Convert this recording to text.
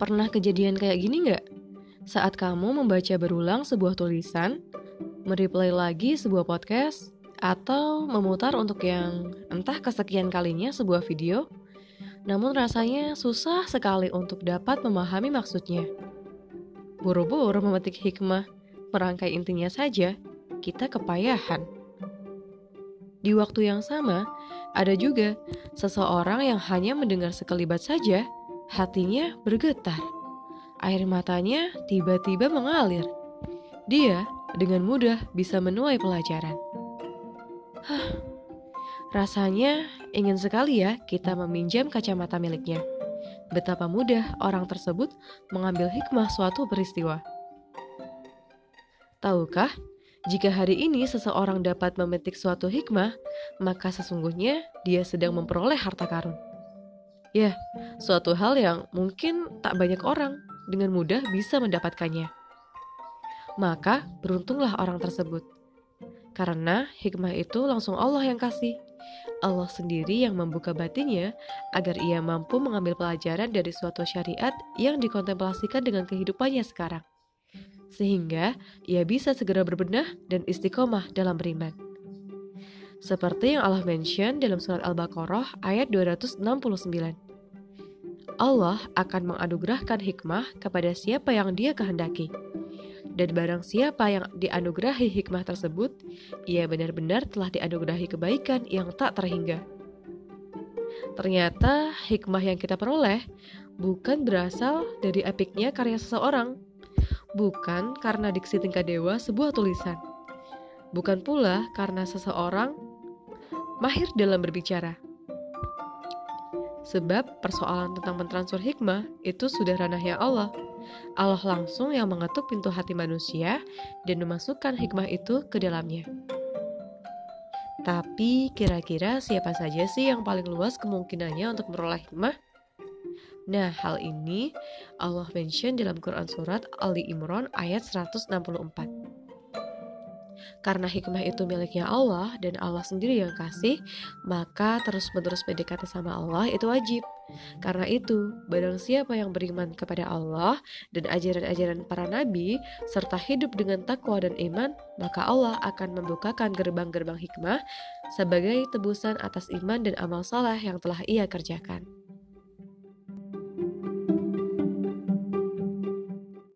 Pernah kejadian kayak gini nggak? Saat kamu membaca berulang sebuah tulisan, mereplay lagi sebuah podcast, atau memutar untuk yang entah kesekian kalinya sebuah video, namun rasanya susah sekali untuk dapat memahami maksudnya. Buru-buru memetik hikmah, merangkai intinya saja, kita kepayahan. Di waktu yang sama, ada juga seseorang yang hanya mendengar sekelibat saja, hatinya bergetar. Air matanya tiba-tiba mengalir. Dia dengan mudah bisa menuai pelajaran. Rasanya ingin sekali ya kita meminjam kacamata miliknya. Betapa mudah orang tersebut mengambil hikmah suatu peristiwa. Tahukah, jika hari ini seseorang dapat memetik suatu hikmah, maka sesungguhnya dia sedang memperoleh harta karun. Ya, suatu hal yang mungkin tak banyak orang dengan mudah bisa mendapatkannya. Maka beruntunglah orang tersebut. Karena hikmah itu langsung Allah yang kasih. Allah sendiri yang membuka batinnya agar ia mampu mengambil pelajaran dari suatu syariat yang dikontemplasikan dengan kehidupannya sekarang. Sehingga ia bisa segera berbenah dan istiqomah dalam beriman. Seperti yang Allah mention dalam surat Al-Baqarah ayat 269. Allah akan menganugerahkan hikmah kepada siapa yang Dia kehendaki. Dan barang siapa yang dianugerahi hikmah tersebut, ia benar-benar telah dianugerahi kebaikan yang tak terhingga. Ternyata hikmah yang kita peroleh bukan berasal dari epiknya karya seseorang, bukan karena diksi tingkah dewa sebuah tulisan, bukan pula karena seseorang mahir dalam berbicara. Sebab persoalan tentang mentransfer hikmah itu sudah ranahnya Allah. Allah langsung yang mengetuk pintu hati manusia dan memasukkan hikmah itu ke dalamnya. Tapi kira-kira siapa saja sih yang paling luas kemungkinannya untuk memperoleh hikmah? Nah, hal ini Allah mention dalam Quran surat Ali Imran ayat 164. Karena hikmah itu miliknya Allah dan Allah sendiri yang kasih, maka terus-menerus PDKT sama Allah itu wajib. Karena itu, barang siapa yang beriman kepada Allah dan ajaran-ajaran para nabi, serta hidup dengan takwa dan iman, maka Allah akan membukakan gerbang-gerbang hikmah sebagai tebusan atas iman dan amal saleh yang telah ia kerjakan.